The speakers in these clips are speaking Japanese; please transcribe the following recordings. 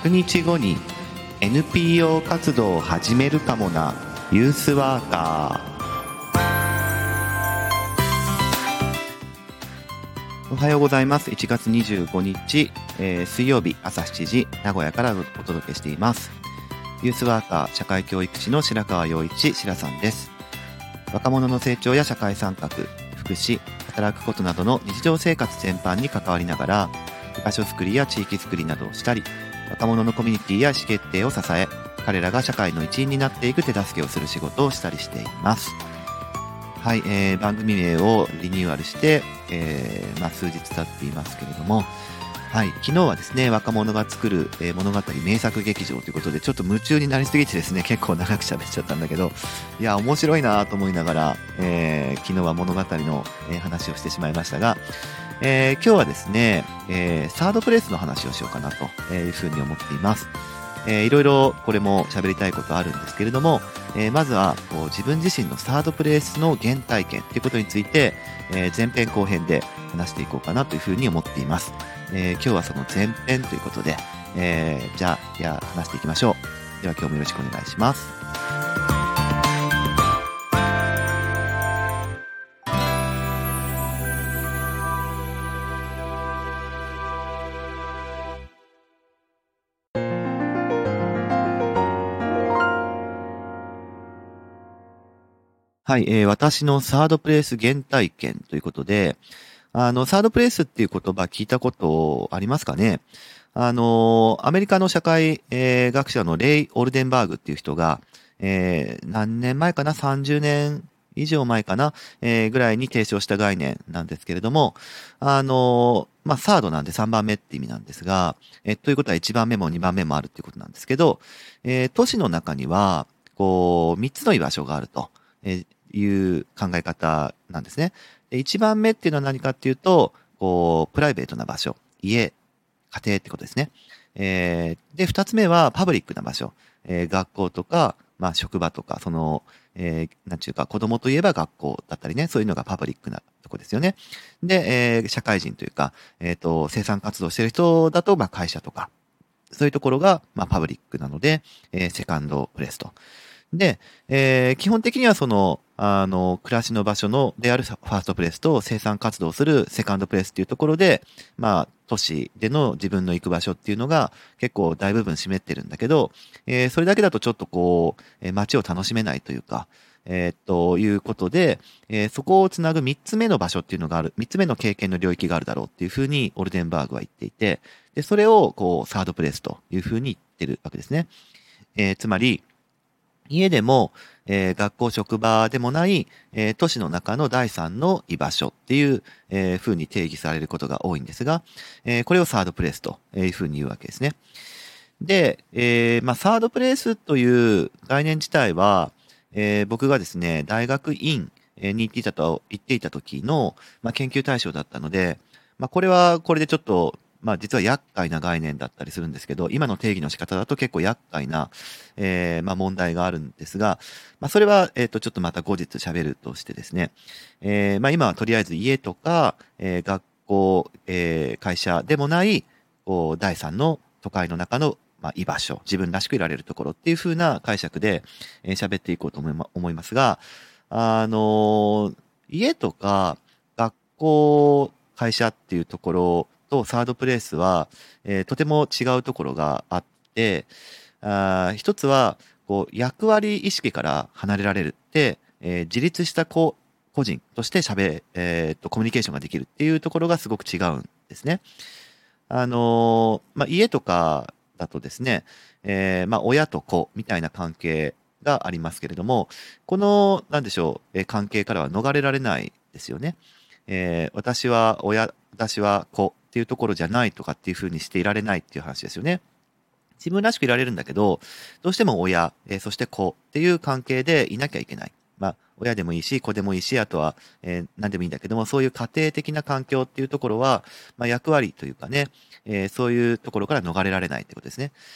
日後に NPO 活動を始めるかもなユースワーカー。おはようございます。1月25日、水曜日朝7時名古屋からお届けしています。ユースワーカー社会教育士の白川陽一白さんです。若者の成長や社会参画、福祉、働くことなどの日常生活全般に関わりながら居場所づくりや地域づくりなどをしたり、若者のコミュニティや意思決定を支え、彼らが社会の一員になっていく手助けをする仕事をしたりしています。はい、番組名をリニューアルして、数日経っていますけれども、はい、昨日はですね、若者が作る、物語名作劇場ということで、ちょっと夢中になりすぎてですね、結構長く喋っちゃったんだけど、いや、面白いなと思いながら、昨日は物語の、話をしてしまいましたが、今日はですね、サードプレイスの話をしようかなというふうに思っています。いろいろこれも喋りたいことあるんですけれども、まずはこう自分自身のサードプレイスの原体験ということについて、前編後編で話していこうかなというふうに思っています。今日はその前編ということで、じゃあ話していきましょう。では今日もよろしくお願いします。はい、私のサードプレイス原体験ということで、サードプレイスっていう言葉聞いたことありますかね。アメリカの社会、学者のレイ・オルデンバーグっていう人が、何年前かな ?30 年以上前かな、ぐらいに提唱した概念なんですけれども、サードなんで3番目って意味なんですが、ということは1番目も2番目もあるっていうことなんですけど、都市の中には、こう、3つの居場所があると。いう考え方なんですね。で、1番目っていうのは何かっていうと、こう、プライベートな場所、家、家庭ってことですね。で、2つ目はパブリックな場所、学校とか、職場とか、なんちゅうか、子供といえば学校だったりね、そういうのがパブリックなとこですよね。で、社会人というか、生産活動してる人だと、会社とか、そういうところが、パブリックなので、セカンドプレイスと。で、基本的には暮らしの場所であるファーストプレイスと生産活動をするセカンドプレイスっていうところで、都市での自分の行く場所っていうのが結構大部分占めてるんだけど、それだけだとちょっとこう、街を楽しめないというか、ということで、そこをつなぐ3つ目の場所っていうのがある、3つ目の経験の領域があるだろうっていうふうにオルデンバーグは言っていて、で、それをこう、サードプレイスというふうに言ってるわけですね。つまり、家でも、学校職場でもない、都市の中の第三の居場所っていう、ふうに定義されることが多いんですが、これをサードプレイスというふうに言うわけですね。で、サードプレイスという概念自体は、僕がですね、大学院に行っていた時の、研究対象だったので、これはこれでちょっと実は厄介な概念だったりするんですけど、今の定義の仕方だと結構厄介な、問題があるんですが、それは、ちょっとまた後日喋るとしてですね、今はとりあえず家とか、学校、会社でもない、こう、第三の都会の中の、居場所、自分らしくいられるところっていう風な解釈で、喋っていこうと思いますが、家とか、学校、会社っていうところとサードプレイスは、とても違うところがあって、一つは、こう、役割意識から離れられるって、自立した個人としてコミュニケーションができるっていうところがすごく違うんですね。家とかだとですね、親と子みたいな関係がありますけれども、この、なんでしょう、関係からは逃れられないですよね。私は親、私は子っていうところじゃないとかっていうふうにしていられないっていう話ですよね。自分らしくいられるんだけど、どうしても親、そして子っていう関係でいなきゃいけない。親でもいいし、子でもいいし、あとは、何でもいいんだけども、そういう家庭的な環境っていうところは、役割というかね、そういうところから逃れられないってことですね。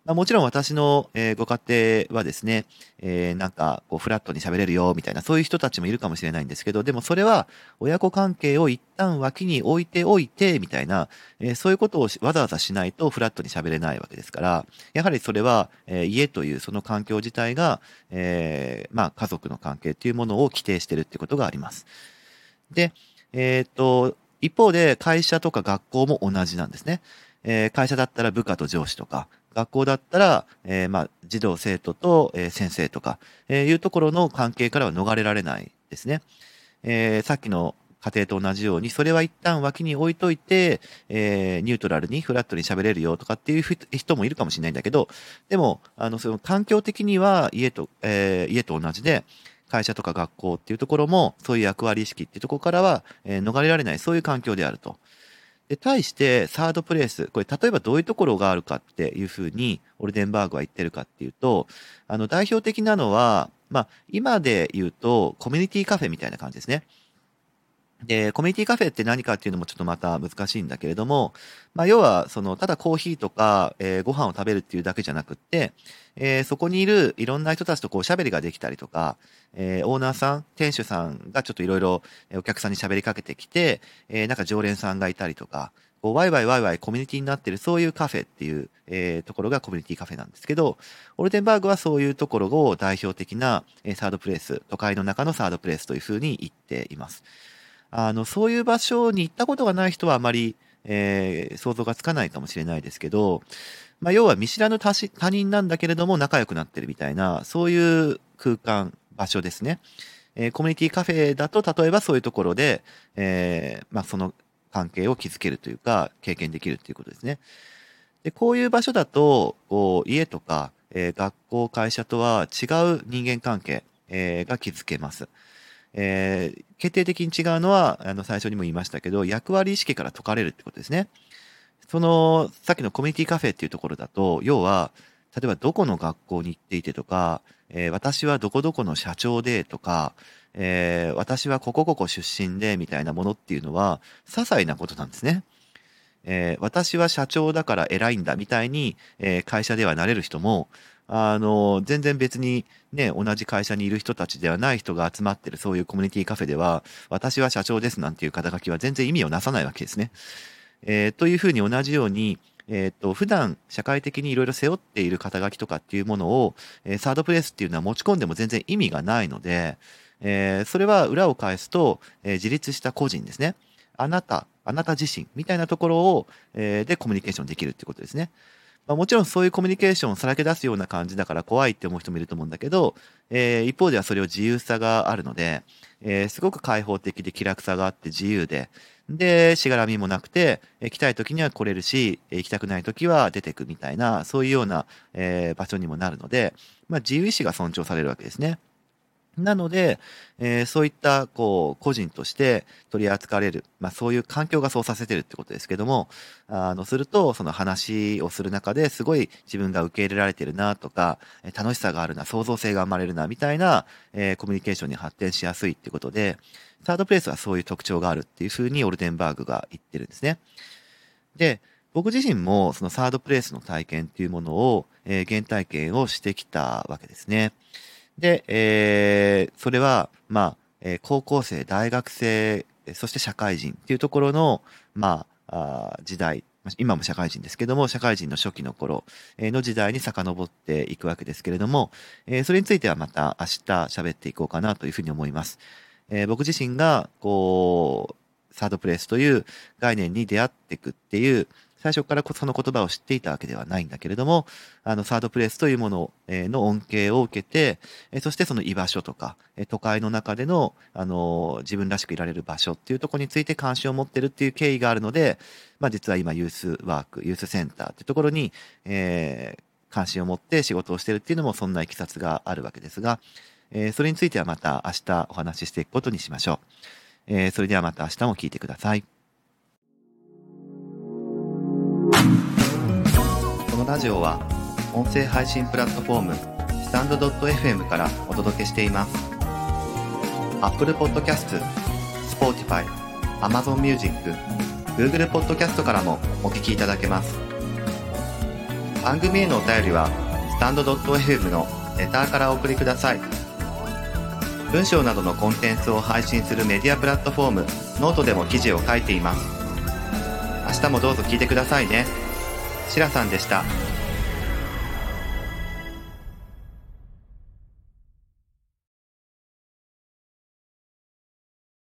もちろん私の、ご家庭はですね、なんかこうフラットに喋れるよみたいなそういう人たちもいるかもしれないんですけど、でもそれは親子関係を一旦脇に置いておいてみたいな、そういうことをわざわざしないとフラットに喋れないわけですから、やはりそれは、家というその環境自体が、家族の関係というものを規定しているっていうことがあります。で、一方で会社とか学校も同じなんですね。会社だったら部下と上司とか、学校だったら、児童生徒と、先生とか、いうところの関係からは逃れられないですね。さっきの家庭と同じように、それは一旦脇に置いといて、ニュートラルにフラットに喋れるよとかっていう人もいるかもしれないんだけど、でも、その環境的には家と同じで、会社とか学校っていうところも、そういう役割意識っていうところからは、逃れられない、そういう環境であると。で、対して、サードプレイス、これ、例えばどういうところがあるかっていうふうに、オルデンバーグは言ってるかっていうと、代表的なのは、今で言うと、コミュニティカフェみたいな感じですね。で、コミュニティカフェって何かっていうのもちょっとまた難しいんだけれども、要は、ただコーヒーとか、ご飯を食べるっていうだけじゃなくって、そこにいるいろんな人たちとこう喋りができたりとか、オーナーさん、店主さんがちょっといろいろお客さんに喋りかけてきて、なんか常連さんがいたりとか、こうワイワイワイワイコミュニティになってるそういうカフェっていう、ところがコミュニティカフェなんですけど、オルテンバーグはそういうところを代表的な、サードプレイス、都会の中のサードプレイスというふうに言っています。そういう場所に行ったことがない人はあまり、想像がつかないかもしれないですけど、要は見知らぬ他人なんだけれども仲良くなってるみたいな、そういう空間、場所ですね。コミュニティカフェだと、例えばそういうところで、その関係を築けるというか、経験できるということですね。で、こういう場所だと、こう、家とか、学校、会社とは違う人間関係、が築けます。決定的に違うのは、最初にも言いましたけど、役割意識から解かれるってことですね。さっきのコミュニティカフェっていうところだと、要は、例えばどこの学校に行っていてとか、私はどこどこの社長でとか、私はここここ出身でみたいなものっていうのは、些細なことなんですね。私は社長だから偉いんだみたいに、会社ではなれる人も、全然別にね、同じ会社にいる人たちではない人が集まってるそういうコミュニティカフェでは、私は社長ですなんていう肩書きは全然意味をなさないわけですね。というふうに同じように、普段社会的にいろいろ背負っている肩書きとかっていうものを、サードプレイスっていうのは持ち込んでも全然意味がないので、それは裏を返すと、自立した個人ですね。あなた自身みたいなところを、でコミュニケーションできるっていうことですね。もちろんそういうコミュニケーションをさらけ出すような感じだから怖いって思う人もいると思うんだけど、一方ではそれを自由さがあるので、すごく開放的で気楽さがあって自由で、しがらみもなくて、来たい時には来れるし、行きたくない時は出てくみたいな、そういうような、場所にもなるので、自由意志が尊重されるわけですね。なので、そういった、こう、個人として取り扱われる、そういう環境がそうさせてるってことですけども、すると、その話をする中ですごい自分が受け入れられてるなとか、楽しさがあるな、創造性が生まれるな、みたいな、コミュニケーションに発展しやすいってことで、サードプレイスはそういう特徴があるっていうふうにオルテンバーグが言ってるんですね。で、僕自身もそのサードプレイスの体験っていうものを、原体験をしてきたわけですね。で、それは、高校生、大学生、そして社会人っていうところの、時代、今も社会人ですけども、社会人の初期の頃の時代に遡っていくわけですけれども、それについてはまた明日喋っていこうかなというふうに思います。僕自身が、こう、サードプレイスという概念に出会っていくっていう、最初からその言葉を知っていたわけではないんだけれども、サードプレイスというものの恩恵を受けて、そしてその居場所とか、都会の中での、自分らしくいられる場所っていうところについて関心を持ってるっていう経緯があるので、実は今ユースワーク、ユースセンターっていうところに、関心を持って仕事をしてるっていうのもそんな経緯があるわけですが、それについてはまた明日お話ししていくことにしましょう。それではまた明日も聞いてください。このラジオは音声配信プラットフォームスタンド .fm からお届けしています。Apple Podcast、Spotify、Amazon Music、Google Podcast からもお聞きいただけます。 番組へのお便りはスタンド .fm のレターからお送りください。文章などのコンテンツを配信するメディアプラットフォームノートでも記事を書いています。明日もどうぞ聞いてくださいね。シラさんでした。